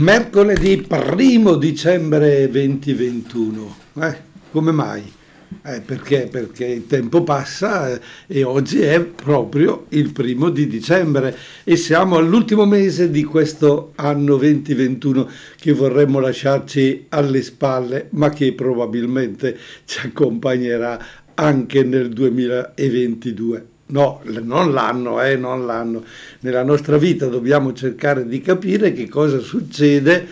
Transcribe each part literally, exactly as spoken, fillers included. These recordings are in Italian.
Mercoledì primo dicembre duemilaventuno. Eh, come mai? Eh, perché? Perché il tempo passa eh, e oggi è proprio il primo di dicembre e siamo all'ultimo mese di questo anno duemilaventuno che vorremmo lasciarci alle spalle, ma che probabilmente ci accompagnerà anche nel duemilaventidue. No, non l'anno, eh, non l'anno. Nella nostra vita dobbiamo cercare di capire che cosa succede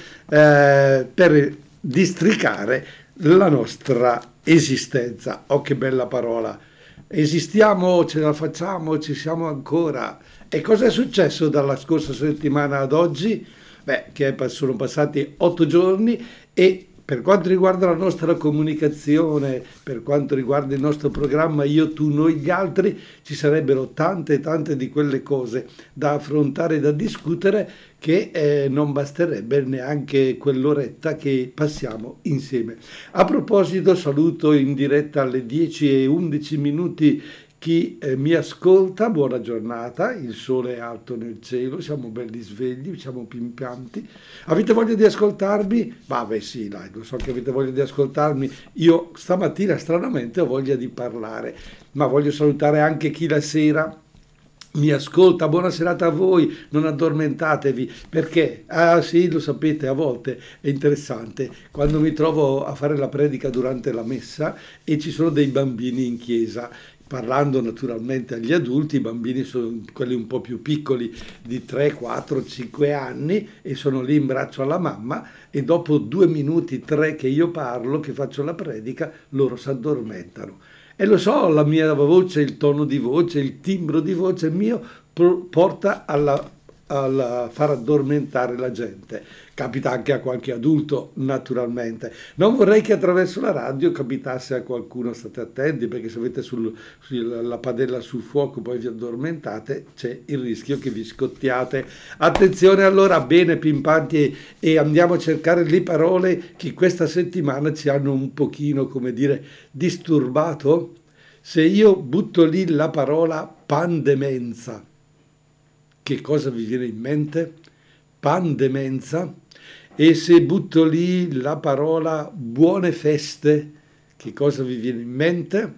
eh, per districare la nostra esistenza. Oh, che bella parola! Esistiamo, ce la facciamo, ci siamo ancora. E cosa è successo dalla scorsa settimana ad oggi? Beh, che sono passati otto giorni e per quanto riguarda la nostra comunicazione, per quanto riguarda il nostro programma Io, tu, noi, gli altri, ci sarebbero tante e tante di quelle cose da affrontare e da discutere che eh, non basterebbe neanche quell'oretta che passiamo insieme. A proposito, saluto in diretta alle dieci e undici minuti chi eh, mi ascolta, buona giornata, il sole è alto nel cielo, siamo belli svegli, siamo pimpianti. Avete voglia di ascoltarmi? Vabbè sì, dai, lo so che avete voglia di ascoltarmi. Io stamattina stranamente ho voglia di parlare, ma voglio salutare anche chi la sera mi ascolta. Buona serata a voi, non addormentatevi, perché, ah sì, lo sapete, a volte è interessante, quando mi trovo a fare la predica durante la messa e ci sono dei bambini in chiesa, parlando naturalmente agli adulti, i bambini sono quelli un po' più piccoli di tre, quattro, cinque anni e sono lì in braccio alla mamma e dopo due minuti, tre che io parlo, che faccio la predica, loro si addormentano. E lo so, la mia voce, il tono di voce, il timbro di voce mio porta alla, alla far addormentare la gente. Capita anche a qualche adulto, naturalmente. Non vorrei che attraverso la radio capitasse a qualcuno, state attenti, perché se avete sul, sul, la padella sul fuoco poi vi addormentate, c'è il rischio che vi scottiate. Attenzione allora, bene pimpanti, e, e andiamo a cercare le parole che questa settimana ci hanno un pochino, come dire, disturbato. Se io butto lì la parola pandemenza, che cosa vi viene in mente? Pandemenza. E se butto lì la parola buone feste, che cosa vi viene in mente?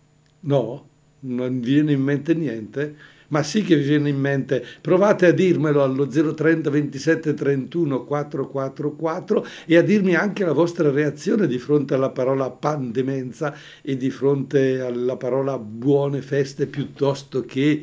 No, non vi viene in mente niente. Ma sì che vi viene in mente, provate a dirmelo allo zero trenta ventisette trentuno quattrocentoquarantaquattro e a dirmi anche la vostra reazione di fronte alla parola pandemenza e di fronte alla parola buone feste piuttosto che...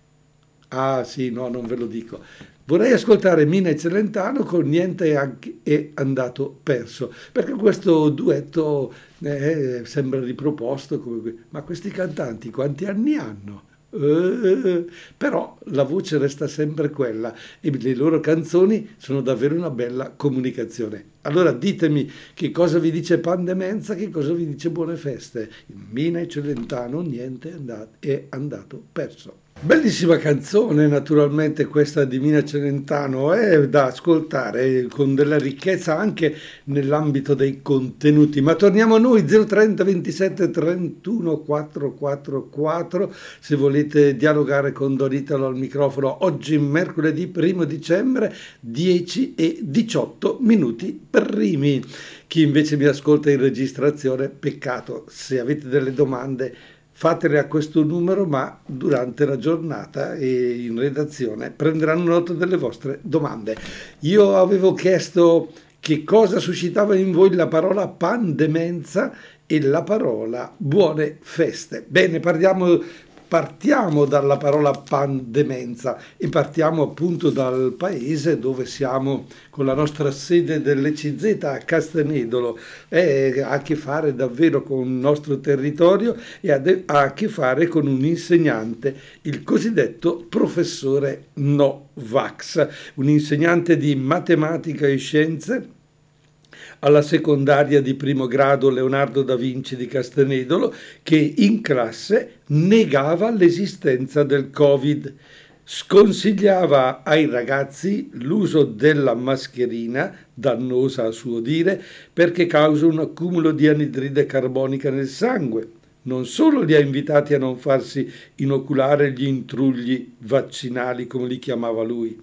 Ah sì, no, non ve lo dico. Vorrei ascoltare Mina e Celentano con Niente è andato perso, perché questo duetto eh, sembra riproposto, come... ma questi cantanti quanti anni hanno? Uh, però la voce resta sempre quella e le loro canzoni sono davvero una bella comunicazione. Allora ditemi che cosa vi dice Pandemenza, che cosa vi dice Buone Feste. Mina e Celentano, niente è andato, è andato perso. Bellissima canzone naturalmente questa di Mina Celentano, è da ascoltare con della ricchezza anche nell'ambito dei contenuti. Ma torniamo a noi, zero trenta ventisette trentuno quattrocentoquarantaquattro, se volete dialogare con Don Italo al microfono. Oggi mercoledì primo dicembre, dieci e diciotto minuti primi. Chi invece mi ascolta in registrazione, peccato, se avete delle domande fatele a questo numero, ma durante la giornata e in redazione prenderanno nota delle vostre domande. Io avevo chiesto che cosa suscitava in voi la parola pandemenza e la parola buone feste. Bene, parliamo, partiamo dalla parola pandemenza e partiamo appunto dal paese dove siamo con la nostra sede dell'E C Z a Castenedolo. Eh, ha a che fare davvero con il nostro territorio e ha, de- ha a che fare con un insegnante, il cosiddetto professore Novax, un insegnante di matematica e scienze alla secondaria di primo grado Leonardo da Vinci di Castenedolo, che in classe negava l'esistenza del Covid. Sconsigliava ai ragazzi l'uso della mascherina, dannosa a suo dire, perché causa un accumulo di anidride carbonica nel sangue. Non solo li ha invitati a non farsi inoculare gli intrugli vaccinali, come li chiamava lui,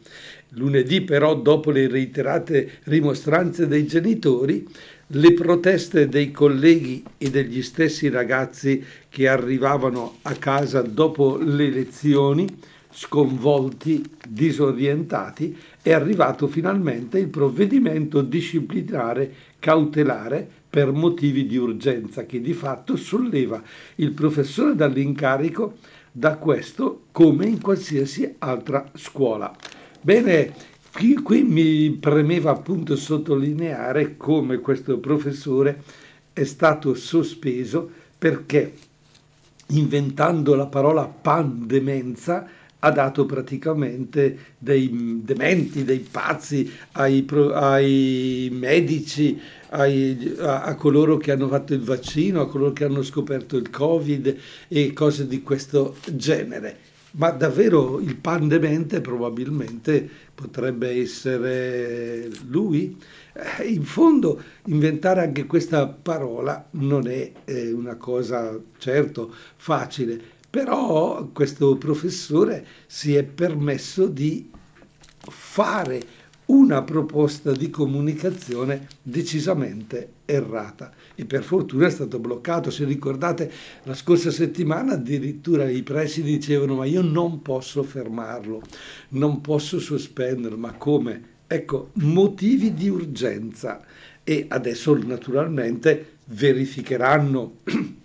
Lunedì però, dopo le reiterate rimostranze dei genitori, le proteste dei colleghi e degli stessi ragazzi che arrivavano a casa dopo le lezioni, sconvolti, disorientati, è arrivato finalmente il provvedimento disciplinare cautelare per motivi di urgenza che di fatto solleva il professore dall'incarico da questo come in qualsiasi altra scuola. Bene, qui, qui mi premeva appunto sottolineare come questo professore è stato sospeso perché inventando la parola pandemenza ha dato praticamente dei dementi, dei pazzi ai, ai medici, ai, a, a coloro che hanno fatto il vaccino, a coloro che hanno scoperto il Covid e cose di questo genere. Ma davvero il pandemente probabilmente potrebbe essere lui? Eh, in fondo inventare anche questa parola non è eh, una cosa certo facile, però questo professore si è permesso di fare una proposta di comunicazione decisamente errata e per fortuna è stato bloccato. Se ricordate, la scorsa settimana addirittura i presidi dicevano ma io non posso fermarlo, non posso sospenderlo, ma come? Ecco, motivi di urgenza e adesso naturalmente verificheranno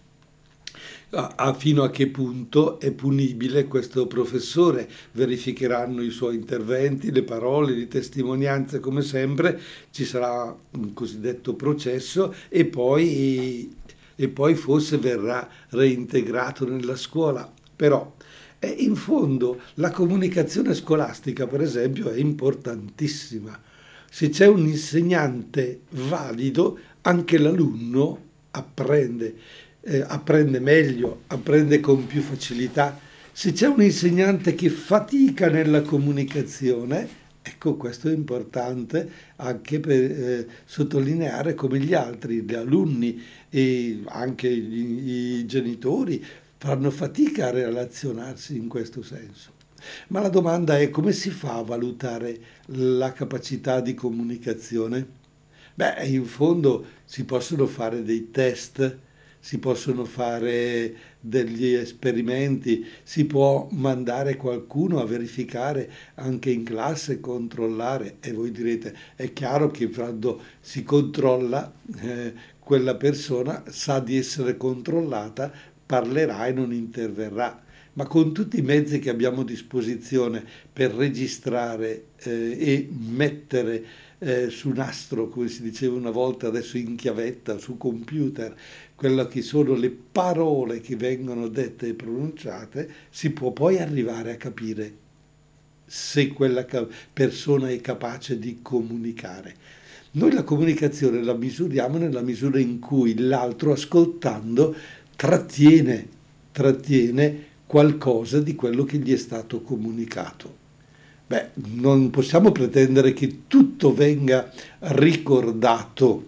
a, a fino a che punto è punibile questo professore, verificheranno i suoi interventi, le parole, le testimonianze, come sempre ci sarà un cosiddetto processo e poi, e poi forse verrà reintegrato nella scuola. Però eh, in fondo la comunicazione scolastica, per esempio, è importantissima. Se c'è un insegnante valido, anche l'alunno apprende. Eh, apprende meglio, apprende con più facilità. Se c'è un insegnante che fatica nella comunicazione, ecco, questo è importante anche per eh, sottolineare come gli altri, gli alunni e anche i, i genitori fanno fatica a relazionarsi in questo senso. Ma la domanda è come si fa a valutare la capacità di comunicazione? Beh, in fondo si possono fare dei test, si possono fare degli esperimenti, si può mandare qualcuno a verificare anche in classe, controllare e voi direte è chiaro che quando si controlla eh, quella persona sa di essere controllata, parlerà e non interverrà. Ma con tutti i mezzi che abbiamo a disposizione per registrare eh, e mettere eh, su nastro, come si diceva una volta, adesso in chiavetta, su computer, quelle che sono le parole che vengono dette e pronunciate, si può poi arrivare a capire se quella persona è capace di comunicare. Noi la comunicazione la misuriamo nella misura in cui l'altro, ascoltando, trattiene, trattiene qualcosa di quello che gli è stato comunicato. Beh, non possiamo pretendere che tutto venga ricordato.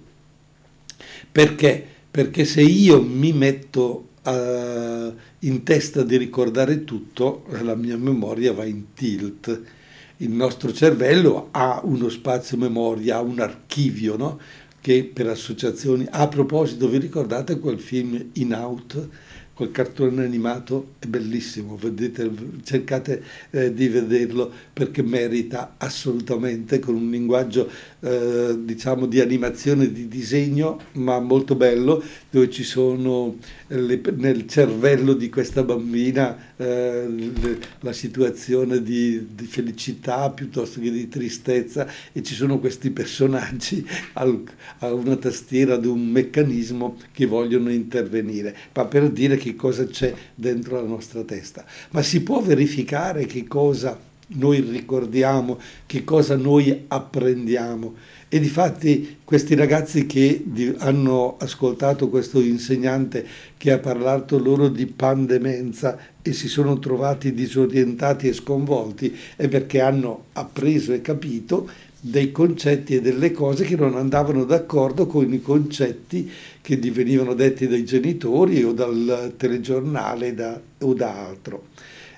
Perché? Perché se io mi metto uh, in testa di ricordare tutto, la mia memoria va in tilt. Il nostro cervello ha uno spazio memoria, ha un archivio, no? Che per associazioni... A proposito, vi ricordate quel film In Out? Quel cartone animato è bellissimo, vedete, cercate eh, di vederlo perché merita assolutamente, con un linguaggio eh, diciamo di animazione, di disegno, ma molto bello, dove ci sono le, nel cervello di questa bambina eh, le, la situazione di, di felicità piuttosto che di tristezza e ci sono questi personaggi al, a una tastiera, ad un meccanismo che vogliono intervenire, ma per dire che cosa c'è dentro la nostra testa. Ma si può verificare che cosa noi ricordiamo, che cosa noi apprendiamo. E difatti questi ragazzi che hanno ascoltato questo insegnante che ha parlato loro di pandemenza e si sono trovati disorientati e sconvolti è perché hanno appreso e capito dei concetti e delle cose che non andavano d'accordo con i concetti che gli venivano detti dai genitori o dal telegiornale da, o da altro.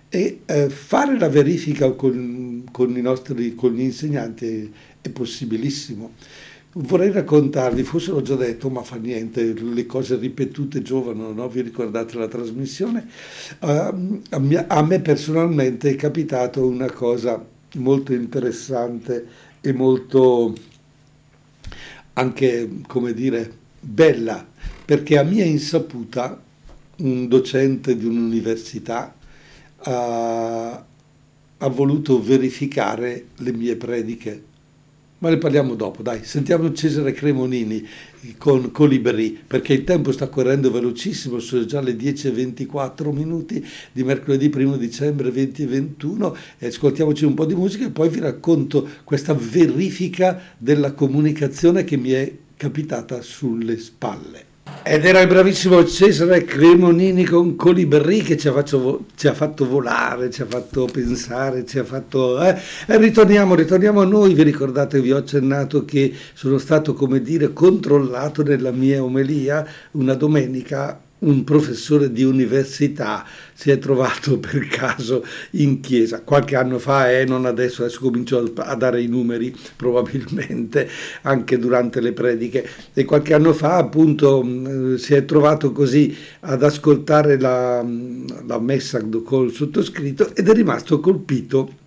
E eh, fare la verifica con, con i nostri, con gli insegnanti è, è possibilissimo. Vorrei raccontarvi, forse l'ho già detto, ma fa niente, le cose ripetute giovano, no? Vi ricordate la trasmissione? Uh, a, mia- a me personalmente è capitato una cosa molto interessante e molto anche, come dire, bella, perché a mia insaputa un docente di un'università ha, ha voluto verificare le mie prediche. Ma ne parliamo dopo, dai. Sentiamo Cesare Cremonini con Colibri, perché il tempo sta correndo velocissimo, sono già le dieci e ventiquattro minuti di mercoledì primo dicembre duemilaventuno, e ascoltiamoci un po' di musica e poi vi racconto questa verifica della comunicazione che mi è capitata sulle spalle. Ed era il bravissimo Cesare Cremonini con Colibri che ci ha, fatto, ci ha fatto volare, ci ha fatto pensare, ci ha fatto... Eh. E ritorniamo, ritorniamo a noi. Vi ricordate, vi ho accennato che sono stato, come dire, controllato nella mia omelia una domenica. Un professore di università si è trovato per caso in chiesa qualche anno fa, e eh, non adesso, adesso comincio a dare i numeri probabilmente anche durante le prediche, e qualche anno fa appunto mh, si è trovato così ad ascoltare la, la messa col sottoscritto ed è rimasto colpito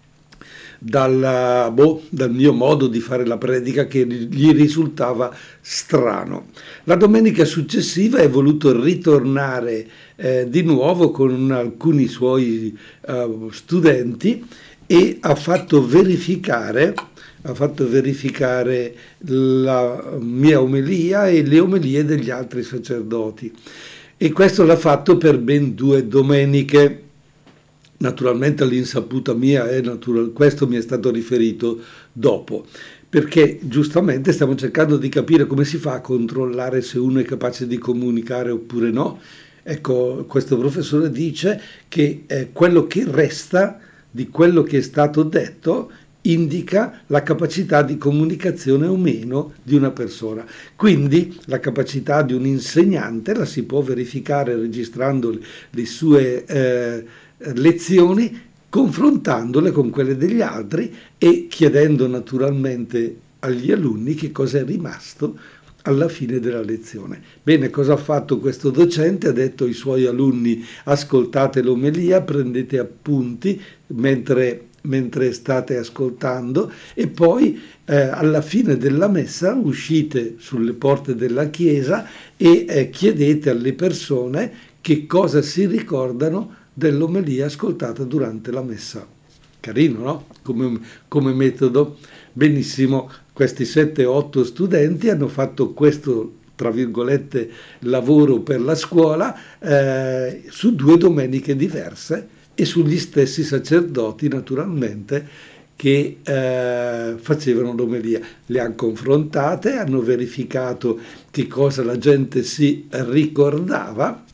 dal, boh, dal mio modo di fare la predica, che gli risultava strano. La domenica successiva è voluto ritornare eh, di nuovo con alcuni suoi uh, studenti e ha fatto verificare ha fatto verificare la mia omelia e le omelie degli altri sacerdoti, e questo l'ha fatto per ben due domeniche. Naturalmente all'insaputa mia, è natural, questo mi è stato riferito dopo, perché giustamente stiamo cercando di capire come si fa a controllare se uno è capace di comunicare oppure no. Ecco, questo professore dice che eh, quello che resta di quello che è stato detto indica la capacità di comunicazione o meno di una persona. Quindi la capacità di un insegnante la si può verificare registrando le, le sue eh, lezioni, confrontandole con quelle degli altri e chiedendo naturalmente agli alunni che cosa è rimasto alla fine della lezione. Bene, cosa ha fatto questo docente? Ha detto ai suoi alunni: ascoltate l'omelia, prendete appunti mentre, mentre state ascoltando, e poi eh, alla fine della messa uscite sulle porte della chiesa e eh, chiedete alle persone che cosa si ricordano dell'omelia ascoltata durante la messa. Carino, no? Come, come metodo. Benissimo, questi sette otto studenti hanno fatto questo, tra virgolette, lavoro per la scuola eh, su due domeniche diverse e sugli stessi sacerdoti, naturalmente, che eh, facevano l'omelia. Le hanno confrontate, hanno verificato che cosa la gente si ricordava,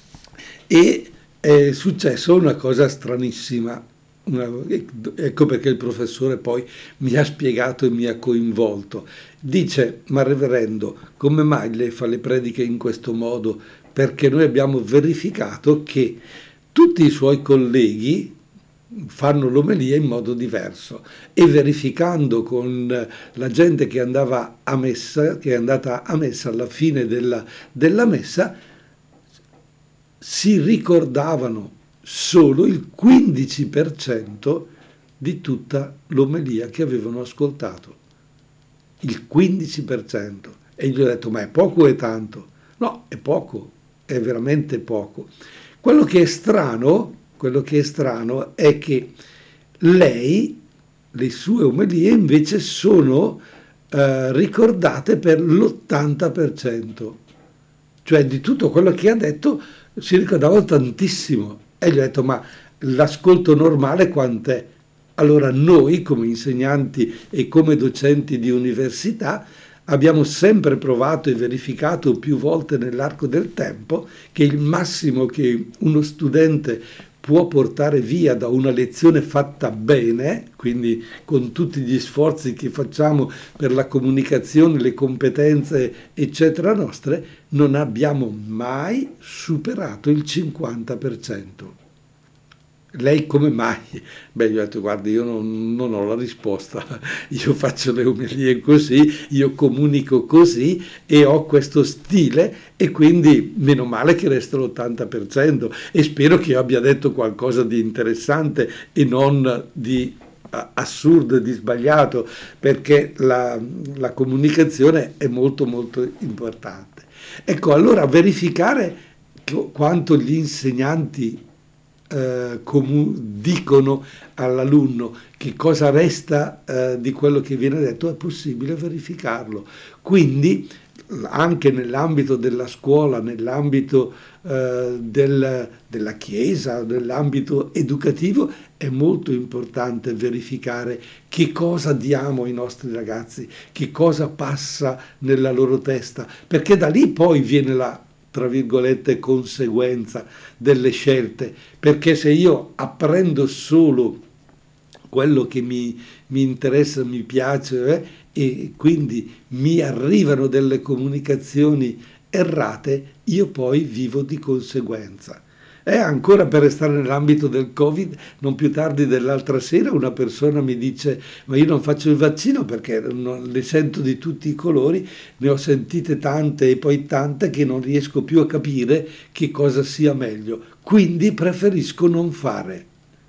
e è successo una cosa stranissima. Una, ecco perché il professore poi mi ha spiegato e mi ha coinvolto. Dice: ma reverendo, come mai lei fa le prediche in questo modo? Perché noi abbiamo verificato che tutti i suoi colleghi fanno l'omelia in modo diverso, e verificando con la gente che andava a messa, che è andata a messa alla fine della, della messa, si ricordavano solo il quindici per cento di tutta l'omelia che avevano ascoltato. Il quindici per cento. E gli ho detto: ma è poco o è tanto? No, è poco, è veramente poco. Quello che è strano, quello che è strano è che lei, le sue omelie invece sono eh, ricordate per l'ottanta per cento. Cioè di tutto quello che ha detto si ricordava tantissimo. E gli ho detto: ma l'ascolto normale quant'è? Allora noi, come insegnanti e come docenti di università, abbiamo sempre provato e verificato più volte nell'arco del tempo che il massimo che uno studente può portare via da una lezione fatta bene, quindi con tutti gli sforzi che facciamo per la comunicazione, le competenze eccetera nostre, non abbiamo mai superato il cinquanta per cento. Lei come mai? Beh, io ho detto, guardi, io non, non ho la risposta, io faccio le omelie così, io comunico così e ho questo stile e quindi meno male che resta l'ottanta per cento e spero che io abbia detto qualcosa di interessante e non di a- assurdo e di sbagliato, perché la, la comunicazione è molto molto importante. Ecco, allora verificare qu- quanto gli insegnanti eh, comu- dicono all'alunno, che cosa resta eh, di quello che viene detto, è possibile verificarlo. Quindi anche nell'ambito della scuola, nell'ambito eh, del- della chiesa, nell'ambito educativo, è molto importante verificare che cosa diamo ai nostri ragazzi, che cosa passa nella loro testa, perché da lì poi viene la, tra virgolette, conseguenza delle scelte, perché se io apprendo solo quello che mi, mi interessa, mi piace, eh, e quindi mi arrivano delle comunicazioni errate, io poi vivo di conseguenza. E ancora per restare nell'ambito del Covid, non più tardi dell'altra sera una persona mi dice: ma io non faccio il vaccino perché non, le sento di tutti i colori, ne ho sentite tante e poi tante che non riesco più a capire che cosa sia meglio, quindi preferisco non fare.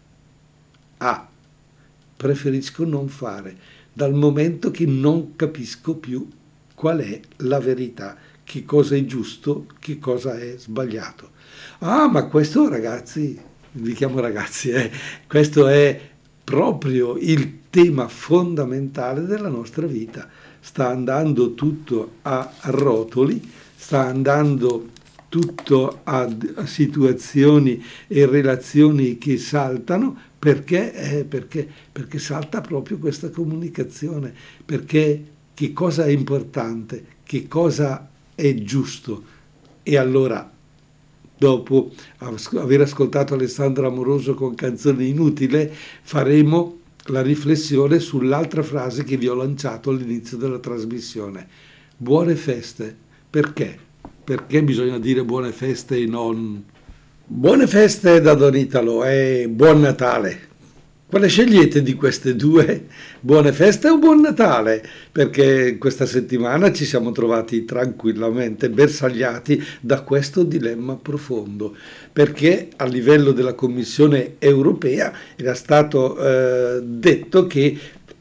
Ah, preferisco non fare, dal momento che non capisco più qual è la verità, che cosa è giusto, che cosa è sbagliato. Ah, ma questo ragazzi, li chiamo ragazzi, eh, questo è proprio il tema fondamentale della nostra vita. Sta andando tutto a rotoli, sta andando tutto a, a situazioni e relazioni che saltano perché, eh, perché, perché salta proprio questa comunicazione, perché che cosa è importante, che cosa è giusto. E allora, dopo aver ascoltato Alessandro Amoroso con Canzone Inutile, faremo la riflessione sull'altra frase che vi ho lanciato all'inizio della trasmissione. Buone feste. Perché? Perché bisogna dire buone feste e non buone feste da Don Italo e buon Natale. Quale scegliete di queste due? Buone feste o buon Natale? Perché questa settimana ci siamo trovati tranquillamente bersagliati da questo dilemma profondo, perché a livello della Commissione europea era stato eh, detto che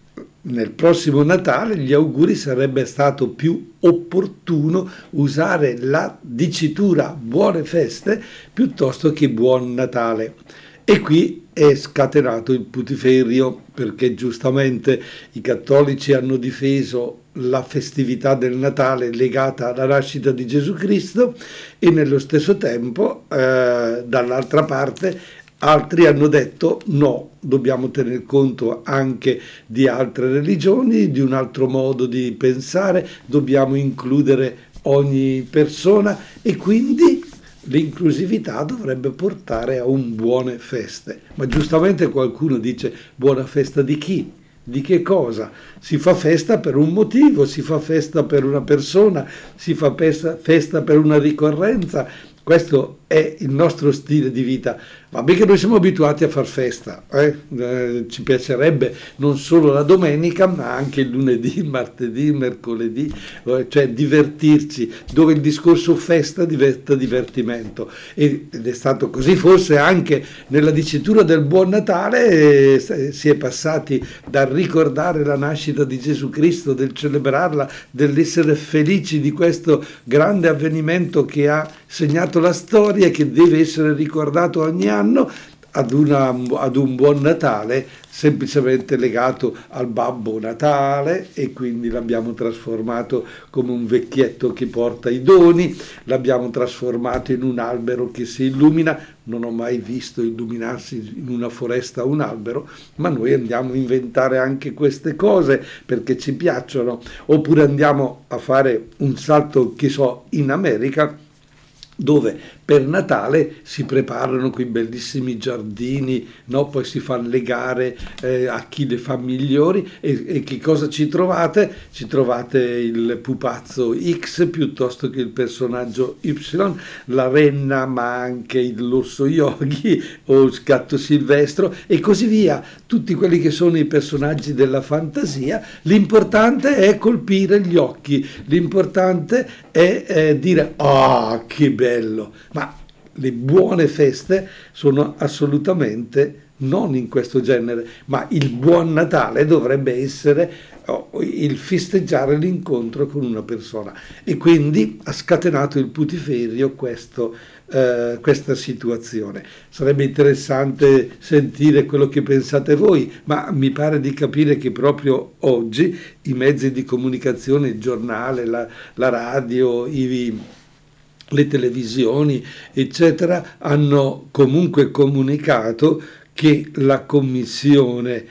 nel prossimo Natale gli auguri sarebbe stato più opportuno usare la dicitura buone feste piuttosto che buon Natale. E qui è scatenato il putiferio perché giustamente i cattolici hanno difeso la festività del Natale legata alla nascita di Gesù Cristo e nello stesso tempo eh, dall'altra parte altri hanno detto no, dobbiamo tener conto anche di altre religioni, di un altro modo di pensare, dobbiamo includere ogni persona e quindi l'inclusività dovrebbe portare a un buone feste. Ma giustamente qualcuno dice buona festa di chi? Di che cosa? Si fa festa per un motivo, si fa festa per una persona, si fa festa per una ricorrenza. Questo è il nostro stile di vita. Vabbè che noi siamo abituati a far festa, eh? Eh, ci piacerebbe non solo la domenica, ma anche il lunedì, il martedì, il mercoledì, eh, cioè divertirci, dove il discorso festa diventa divertimento. Ed è stato così forse anche nella dicitura del Buon Natale, eh, si è passati dal ricordare la nascita di Gesù Cristo, del celebrarla, dell'essere felici di questo grande avvenimento che ha segnato la storia e che deve essere ricordato ogni anno, ad, una, ad un buon Natale semplicemente legato al Babbo Natale e quindi l'abbiamo trasformato come un vecchietto che porta i doni, l'abbiamo trasformato in un albero che si illumina. Non ho mai visto illuminarsi in una foresta un albero, ma noi andiamo a inventare anche queste cose perché ci piacciono, oppure andiamo a fare un salto, che so, in America, dove per Natale si preparano quei bellissimi giardini, no? Poi si fanno le gare eh, a chi le fa migliori e, e che cosa ci trovate? Ci trovate il pupazzo X piuttosto che il personaggio Y, la renna ma anche l'orso Yogi o il gatto Silvestro e così via, tutti quelli che sono i personaggi della fantasia. L'importante è colpire gli occhi, l'importante è eh, dire ah, oh, che bello, ma le buone feste sono assolutamente non in questo genere, ma il buon Natale dovrebbe essere oh, il festeggiare l'incontro con una persona e quindi ha scatenato il putiferio questo, eh, questa situazione. Sarebbe interessante sentire quello che pensate voi, ma mi pare di capire che proprio oggi i mezzi di comunicazione, il giornale, la, la radio, i le televisioni, eccetera, hanno comunque comunicato che la Commissione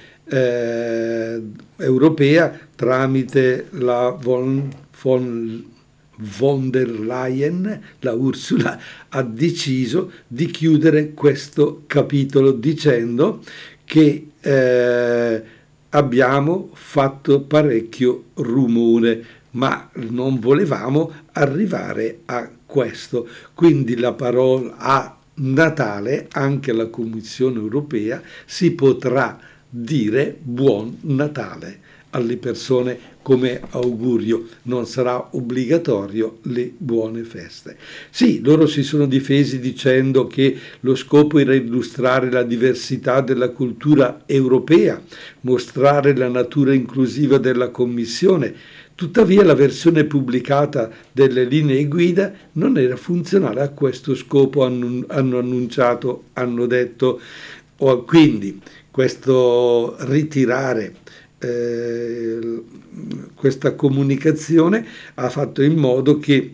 eh, europea, tramite la von, von, von der Leyen, la Ursula, ha deciso di chiudere questo capitolo dicendo che eh, abbiamo fatto parecchio rumore, ma non volevamo arrivare a questo. Quindi la parola a Natale, anche la Commissione europea, si potrà dire buon Natale alle persone come augurio, non sarà obbligatorio le buone feste. Sì, loro si sono difesi dicendo che lo scopo era illustrare la diversità della cultura europea, mostrare la natura inclusiva della Commissione. Tuttavia la versione pubblicata delle linee guida non era funzionale a questo scopo, hanno annunciato, hanno detto. Quindi questo ritirare eh, questa comunicazione ha fatto in modo che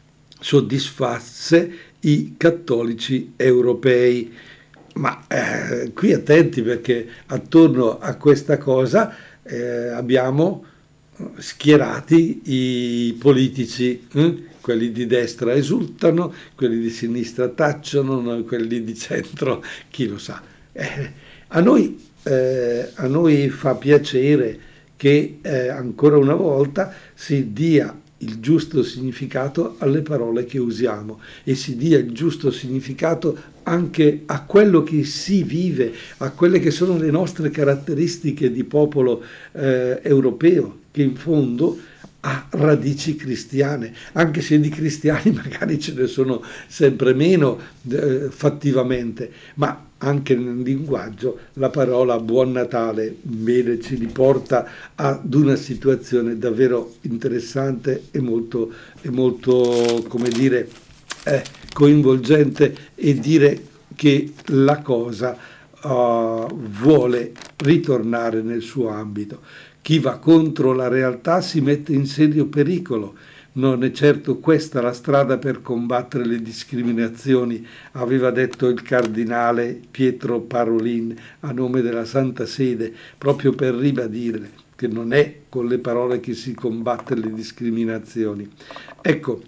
soddisfasse i cattolici europei. Ma eh, qui attenti, perché attorno a questa cosa eh, abbiamo schierati i politici, eh? Quelli di destra esultano, quelli di sinistra tacciono, quelli di centro chi lo sa. Eh, a, noi, eh, a noi fa piacere che eh, ancora una volta si dia il giusto significato alle parole che usiamo e si dia il giusto significato anche a quello che si vive, a quelle che sono le nostre caratteristiche di popolo eh, europeo, che in fondo ha radici cristiane, anche se di cristiani magari ce ne sono sempre meno eh, fattivamente, ma anche nel linguaggio la parola Buon Natale bene ci riporta ad una situazione davvero interessante e molto, e molto come dire, eh, coinvolgente, e dire che la cosa uh, vuole ritornare nel suo ambito. Chi va contro la realtà si mette in serio pericolo. Non è certo questa la strada per combattere le discriminazioni, aveva detto il cardinale Pietro Parolin a nome della Santa Sede, proprio per ribadire che non è con le parole che si combatte le discriminazioni. Ecco,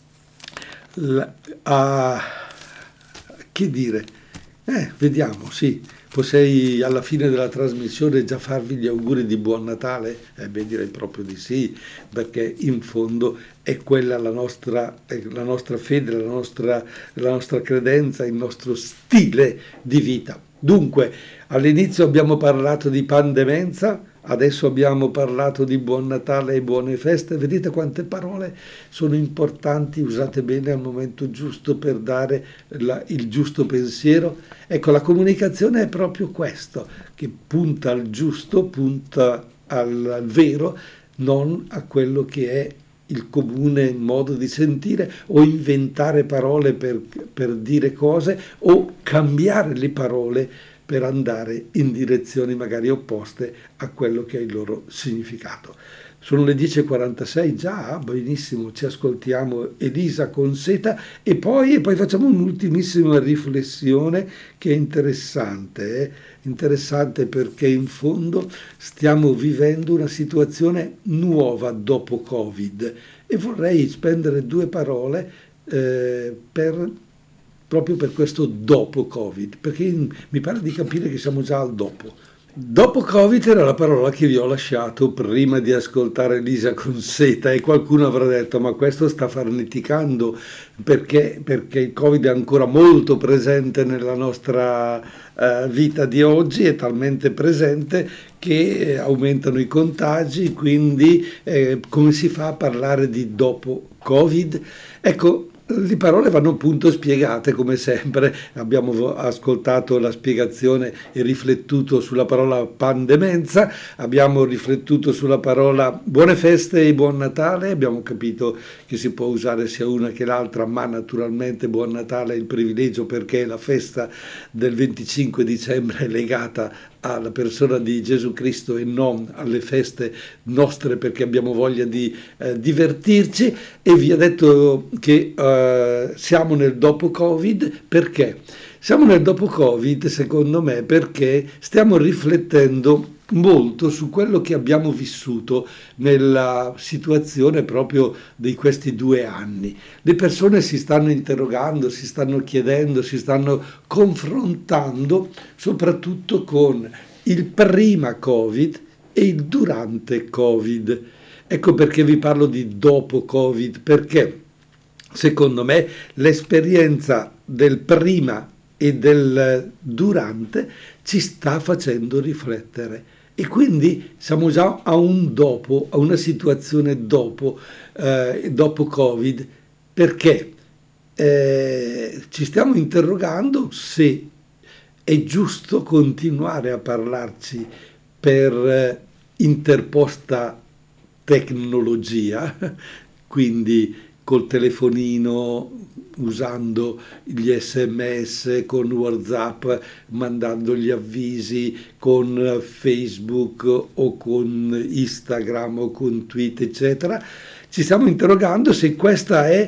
la, a, che dire? Eh, vediamo, sì. Potrei alla fine della trasmissione già farvi gli auguri di Buon Natale? Eh beh, direi proprio di sì, perché in fondo è quella la nostra, è la nostra fede, la nostra, la nostra credenza, il nostro stile di vita. Dunque, all'inizio abbiamo parlato di pandemenza, adesso abbiamo parlato di Buon Natale e buone feste. Vedete quante parole sono importanti, usate bene al momento giusto per dare la, il giusto pensiero. Ecco, la comunicazione è proprio questo, che punta al giusto, punta al, al vero, non a quello che è il comune modo di sentire o inventare parole per, per dire cose o cambiare le parole per andare in direzioni magari opposte a quello che è il loro significato. Sono le dieci e quarantasei già, benissimo, ci ascoltiamo Elisa Conseta e poi, e poi facciamo un'ultimissima riflessione che è interessante, eh? interessante perché in fondo stiamo vivendo una situazione nuova dopo Covid e vorrei spendere due parole eh, per proprio per questo dopo Covid, perché mi pare di capire che siamo già al dopo. Dopo Covid era la parola che vi ho lasciato prima di ascoltare Lisa con seta, e qualcuno avrà detto ma questo sta farneticando perché, perché il Covid è ancora molto presente nella nostra eh, vita di oggi, è talmente presente che eh, aumentano i contagi, quindi eh, come si fa a parlare di dopo Covid? Ecco, le parole vanno appunto spiegate come sempre. Abbiamo ascoltato la spiegazione e riflettuto sulla parola pandemenza, abbiamo riflettuto sulla parola buone feste e buon Natale, abbiamo capito che si può usare sia una che l'altra, ma naturalmente buon Natale è il privilegio perché la festa del venticinque dicembre è legata alla persona di Gesù Cristo e non alle feste nostre perché abbiamo voglia di eh, divertirci. E vi ho detto che eh, siamo nel dopo Covid. Perché? Siamo nel dopo Covid secondo me perché stiamo riflettendo molto su quello che abbiamo vissuto nella situazione proprio di questi due anni. Le persone si stanno interrogando, si stanno chiedendo, si stanno confrontando soprattutto con il prima Covid e il durante Covid. Ecco perché vi parlo di dopo Covid, perché secondo me l'esperienza del prima e del durante ci sta facendo riflettere. E quindi siamo già a un dopo, a una situazione dopo, eh, dopo Covid, perché eh, ci stiamo interrogando se è giusto continuare a parlarci per eh, interposta tecnologia, quindi col telefonino, usando gli sms, con WhatsApp, mandando gli avvisi, con Facebook o con Instagram o con Twitter, eccetera. Ci stiamo interrogando se questa è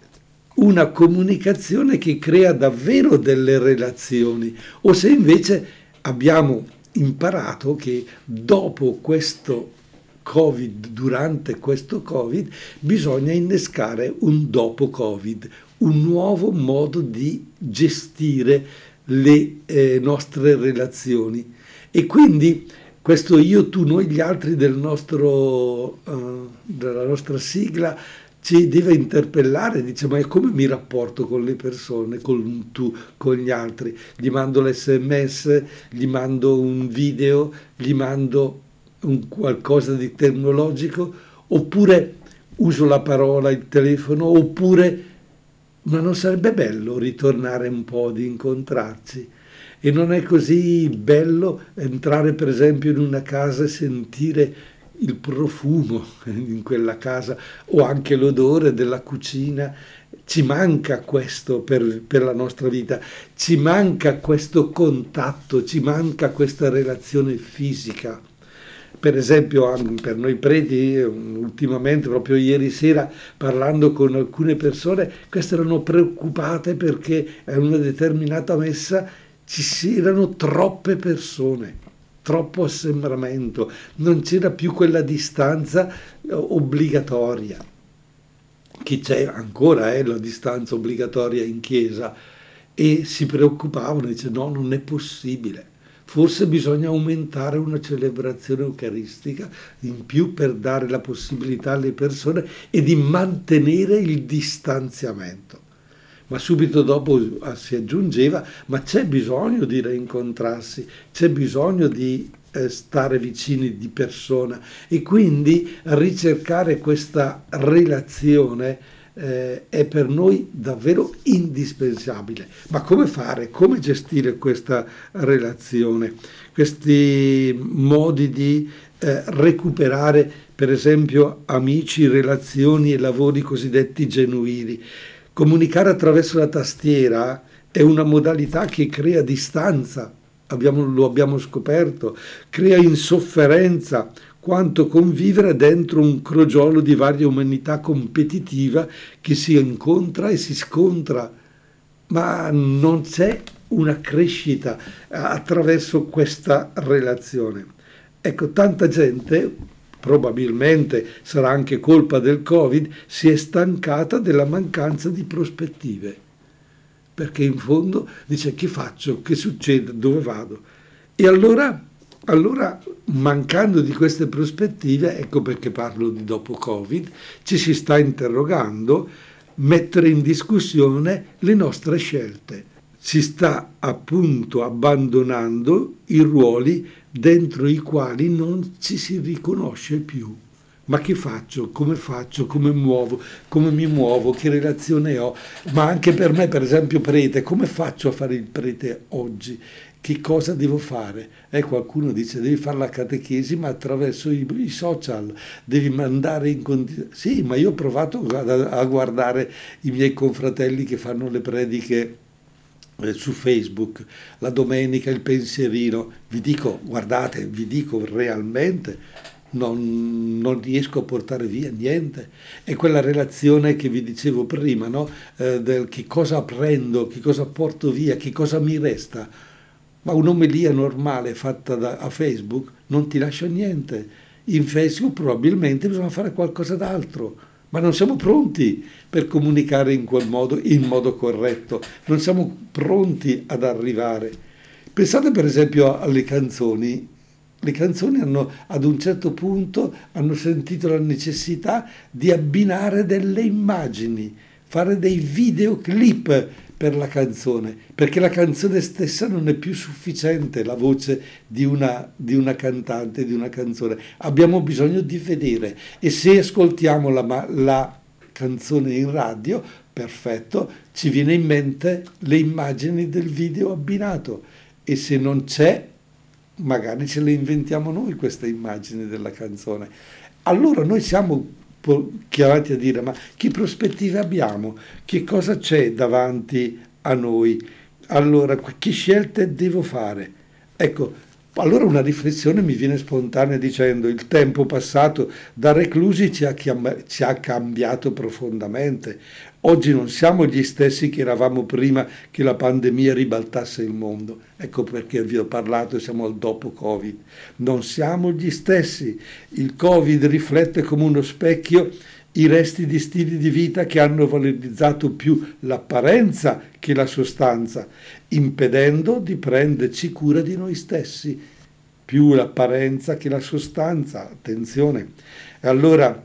una comunicazione che crea davvero delle relazioni o se invece abbiamo imparato che dopo questo Covid, durante questo Covid, bisogna innescare un dopo Covid, un nuovo modo di gestire le eh, nostre relazioni. E quindi questo io, tu, noi, gli altri del nostro, uh, della nostra sigla ci deve interpellare, dice ma come mi rapporto con le persone, con tu, con gli altri? Gli mando l'sms, gli mando un video, gli mando un qualcosa di tecnologico, oppure uso la parola, il telefono, oppure ma non sarebbe bello ritornare un po' ad incontrarci? E non è così bello entrare per esempio in una casa e sentire il profumo in quella casa o anche l'odore della cucina. Ci manca questo per, per la nostra vita, ci manca questo contatto, ci manca questa relazione fisica. Per esempio per noi preti, ultimamente, proprio ieri sera, parlando con alcune persone, queste erano preoccupate perché a una determinata messa ci erano troppe persone, troppo assembramento, non c'era più quella distanza obbligatoria, che c'è ancora eh, la distanza obbligatoria in chiesa, e si preoccupavano, dice no, non è possibile. Forse bisogna aumentare una celebrazione eucaristica in più per dare la possibilità alle persone e di mantenere il distanziamento. Ma subito dopo si aggiungeva, ma c'è bisogno di rincontrarsi, c'è bisogno di eh, stare vicini di persona e quindi ricercare questa relazione eh, è per noi davvero indispensabile. Ma come fare? Come gestire questa relazione? Questi modi di eh, recuperare, per esempio, amici, relazioni e lavori cosiddetti genuini. Comunicare attraverso la tastiera è una modalità che crea distanza, abbiamo, lo abbiamo scoperto, crea insofferenza, quanto convivere dentro un crogiolo di varia umanità competitiva che si incontra e si scontra, ma non c'è una crescita attraverso questa relazione. Ecco, tanta gente, probabilmente sarà anche colpa del Covid, si è stancata della mancanza di prospettive. perché in fondo dice che faccio, che succede, dove vado. E allora, allora mancando di queste prospettive, ecco perché parlo di dopo Covid, ci si sta interrogando, mettere in discussione le nostre scelte. Si sta appunto abbandonando i ruoli dentro i quali non ci si riconosce più. Ma che faccio? Come faccio? Come muovo? Come mi muovo? Che relazione ho? Ma anche per me, per esempio, prete, come faccio a fare il prete oggi? Che cosa devo fare? Eh, qualcuno dice devi fare la catechesi ma attraverso i, i social, devi mandare in continuazione. Sì, ma io ho provato a, a guardare i miei confratelli che fanno le prediche eh, su Facebook, la domenica il pensierino. Vi dico, guardate, vi dico realmente, non, non riesco a portare via niente. È quella relazione che vi dicevo prima, no? Eh, del che cosa prendo, che cosa porto via, che cosa mi resta. Ma un'omelia normale fatta da, a Facebook non ti lascia niente. In Facebook probabilmente bisogna fare qualcosa d'altro, ma non siamo pronti per comunicare in quel modo, in modo corretto. Non siamo pronti ad arrivare. Pensate per esempio alle canzoni. Le canzoni hanno, ad un certo punto, hanno sentito la necessità di abbinare delle immagini, fare dei videoclip per la canzone, perché la canzone stessa non è più sufficiente, la voce di una, di una cantante, di una canzone. Abbiamo bisogno di vedere, e se ascoltiamo la, la canzone in radio, perfetto, ci viene in mente le immagini del video abbinato, e se non c'è, magari ce le inventiamo noi queste immagini della canzone. Allora noi siamo chiamati a dire: ma che prospettive abbiamo? Che cosa c'è davanti a noi? Allora, che scelte devo fare? Ecco, allora una riflessione mi viene spontanea dicendo: il tempo passato da reclusi ci ha, chiam- ci ha cambiato profondamente. Oggi non siamo gli stessi che eravamo prima che la pandemia ribaltasse il mondo. Ecco perché vi ho parlato, siamo al dopo Covid. Non siamo gli stessi. Il Covid riflette come uno specchio i resti di stili di vita che hanno valorizzato più l'apparenza che la sostanza, impedendo di prenderci cura di noi stessi. Più l'apparenza che la sostanza, attenzione. Allora,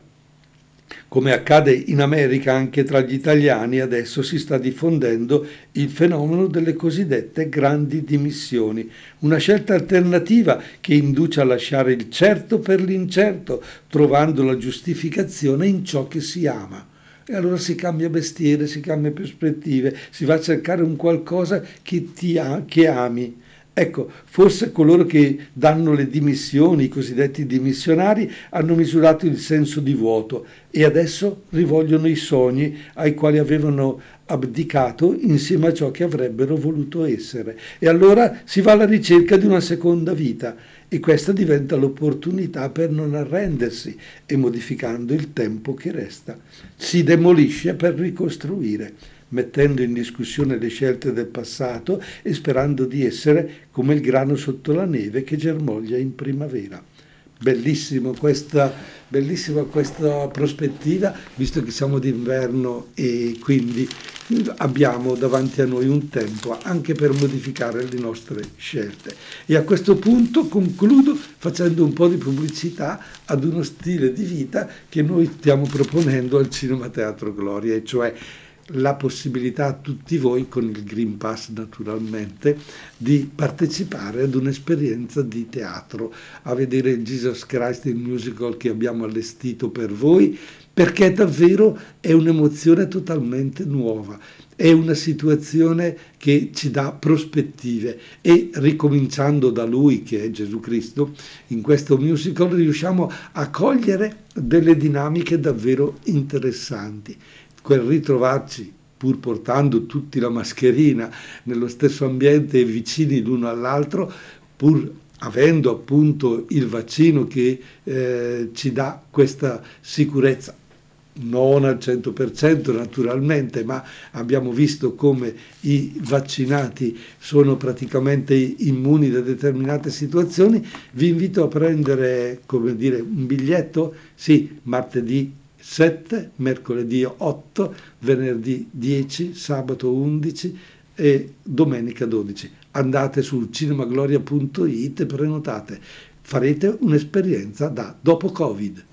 come accade in America, anche tra gli italiani adesso si sta diffondendo il fenomeno delle cosiddette grandi dimissioni, una scelta alternativa che induce a lasciare il certo per l'incerto, trovando la giustificazione in ciò che si ama. E allora si cambia mestiere, si cambia prospettive, si va a cercare un qualcosa che ti ha, che ami. Ecco, forse coloro che danno le dimissioni, i cosiddetti dimissionari, hanno misurato il senso di vuoto e adesso rivogliono i sogni ai quali avevano abdicato insieme a ciò che avrebbero voluto essere. E allora si va alla ricerca di una seconda vita e questa diventa l'opportunità per non arrendersi e, modificando il tempo che resta, si demolisce per ricostruire, mettendo in discussione le scelte del passato e sperando di essere come il grano sotto la neve che germoglia in primavera. Bellissimo questa, bellissima questa prospettiva, visto che siamo d'inverno e quindi abbiamo davanti a noi un tempo anche per modificare le nostre scelte. E a questo punto concludo facendo un po' di pubblicità ad uno stile di vita che noi stiamo proponendo al Cinema Teatro Gloria, e cioè la possibilità a tutti voi, con il Green Pass naturalmente, di partecipare ad un'esperienza di teatro, a vedere il Jesus Christ, il musical che abbiamo allestito per voi, perché davvero è un'emozione totalmente nuova, è una situazione che ci dà prospettive e, ricominciando da Lui, che è Gesù Cristo, in questo musical riusciamo a cogliere delle dinamiche davvero interessanti. Quel ritrovarci, pur portando tutti la mascherina, nello stesso ambiente e vicini l'uno all'altro, pur avendo appunto il vaccino che eh, ci dà questa sicurezza, non al cento per cento naturalmente, ma abbiamo visto come i vaccinati sono praticamente immuni da determinate situazioni. Vi invito a prendere, come dire, un biglietto, sì, martedì sette, mercoledì otto, venerdì dieci, sabato undici, e domenica dodici. Andate su cinemagloria punto it e prenotate. Farete un'esperienza da dopo Covid.